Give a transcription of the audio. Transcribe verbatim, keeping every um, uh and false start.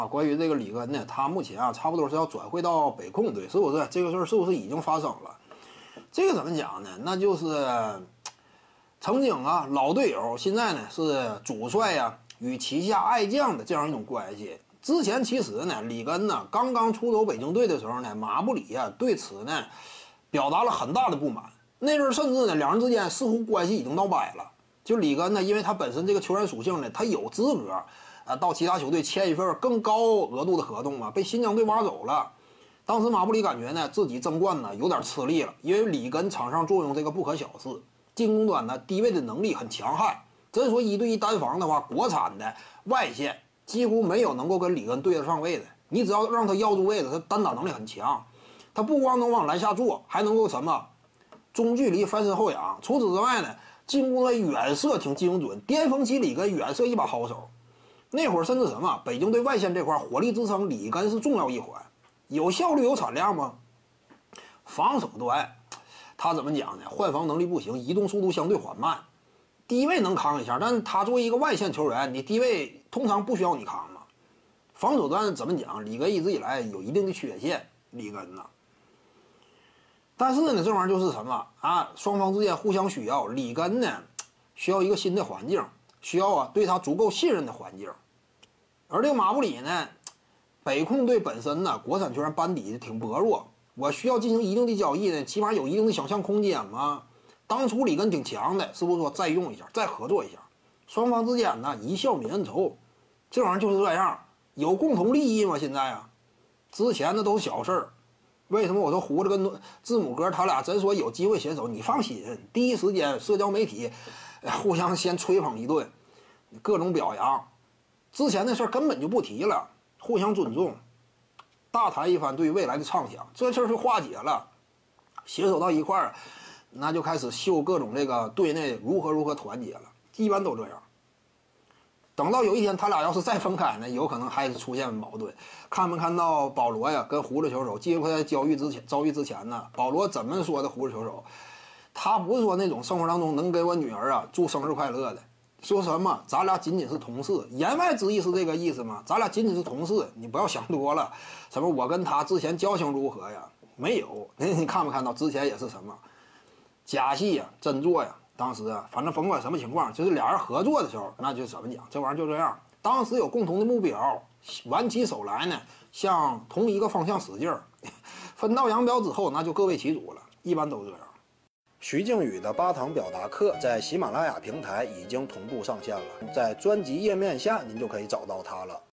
啊，关于这个里根呢，他目前啊，差不多是要转会到北控队，是不是？这个事儿是不是已经发生了？这个怎么讲呢？那就是曾经啊，老队友，现在呢是主帅呀、啊、与旗下爱将的这样一种关系。之前其实呢，里根呢刚刚出走北京队的时候呢，马布里啊对此呢表达了很大的不满。那阵甚至呢，两人之间似乎关系已经闹掰了。就里根呢，因为他本身这个球员属性呢，他有资格啊到其他球队签一份更高额度的合同嘛，被新疆队挖走了。当时马布里感觉呢自己争冠呢有点吃力了，因为里根场上作用这个不可小视，进攻端呢低位的能力很强悍。真说一对一单防的话，国产的外线几乎没有能够跟里根对得上位的。你只要让他要住位置，他单打能力很强，他不光能往篮下做，还能够什么中距离翻身后仰。除此之外呢，进攻的远射挺精准，巅峰期里根远射一把好手。那会儿甚至什么北京队外线这块火力支撑，里根是重要一环。有效率有产量吗？防守端他怎么讲呢？换防能力不行，移动速度相对缓慢，低位能扛一下，但他作为一个外线球员，你低位通常不需要你扛嘛。防守端怎么讲？里根一直以来有一定的缺陷，里根呢。但是呢，这玩意儿就是什么啊？双方之间互相需要，里根呢需要一个新的环境，需要啊对他足够信任的环境。而这个马布里呢，北控队本身呢，国产球员班底挺薄弱，我需要进行一定的交易呢，起码有一定的想象空间嘛。当初里根挺强的，是不是说再用一下，再合作一下？双方之间呢，一笑泯恩仇，这玩意儿就是这样，有共同利益嘛。现在啊，之前的都是小事儿。为什么我说胡子跟字母哥他俩真说有机会携手？你放心，第一时间社交媒体互相先吹捧一顿，各种表扬。之前的事儿根本就不提了，互相尊重，大谈一番对于未来的畅想，这事儿就化解了。携手到一块儿，那就开始秀各种这个队内如何如何团结了，一般都这样。等到有一天他俩要是再分开呢，有可能还是出现矛盾。看没看到保罗呀跟胡子球手季后赛交易之前遭遇之前呢？保罗怎么说的？胡子球手，他不是说那种生活当中能给我女儿啊祝生日快乐的，说什么咱俩仅仅是同事，言外之意是这个意思吗？咱俩仅仅是同事，你不要想多了。什么我跟他之前交情如何呀？没有，你看没看到之前也是什么假戏呀、真做呀？当时啊，反正甭管什么情况，就是俩人合作的时候，那就怎么讲，这玩意儿就这样。当时有共同的目标，挽起手来呢，向同一个方向使劲儿。分道扬镳之后，那就各为其主了，一般都这样。徐静宇的八堂表达课在喜马拉雅平台已经同步上线了，在专辑页面下您就可以找到它了。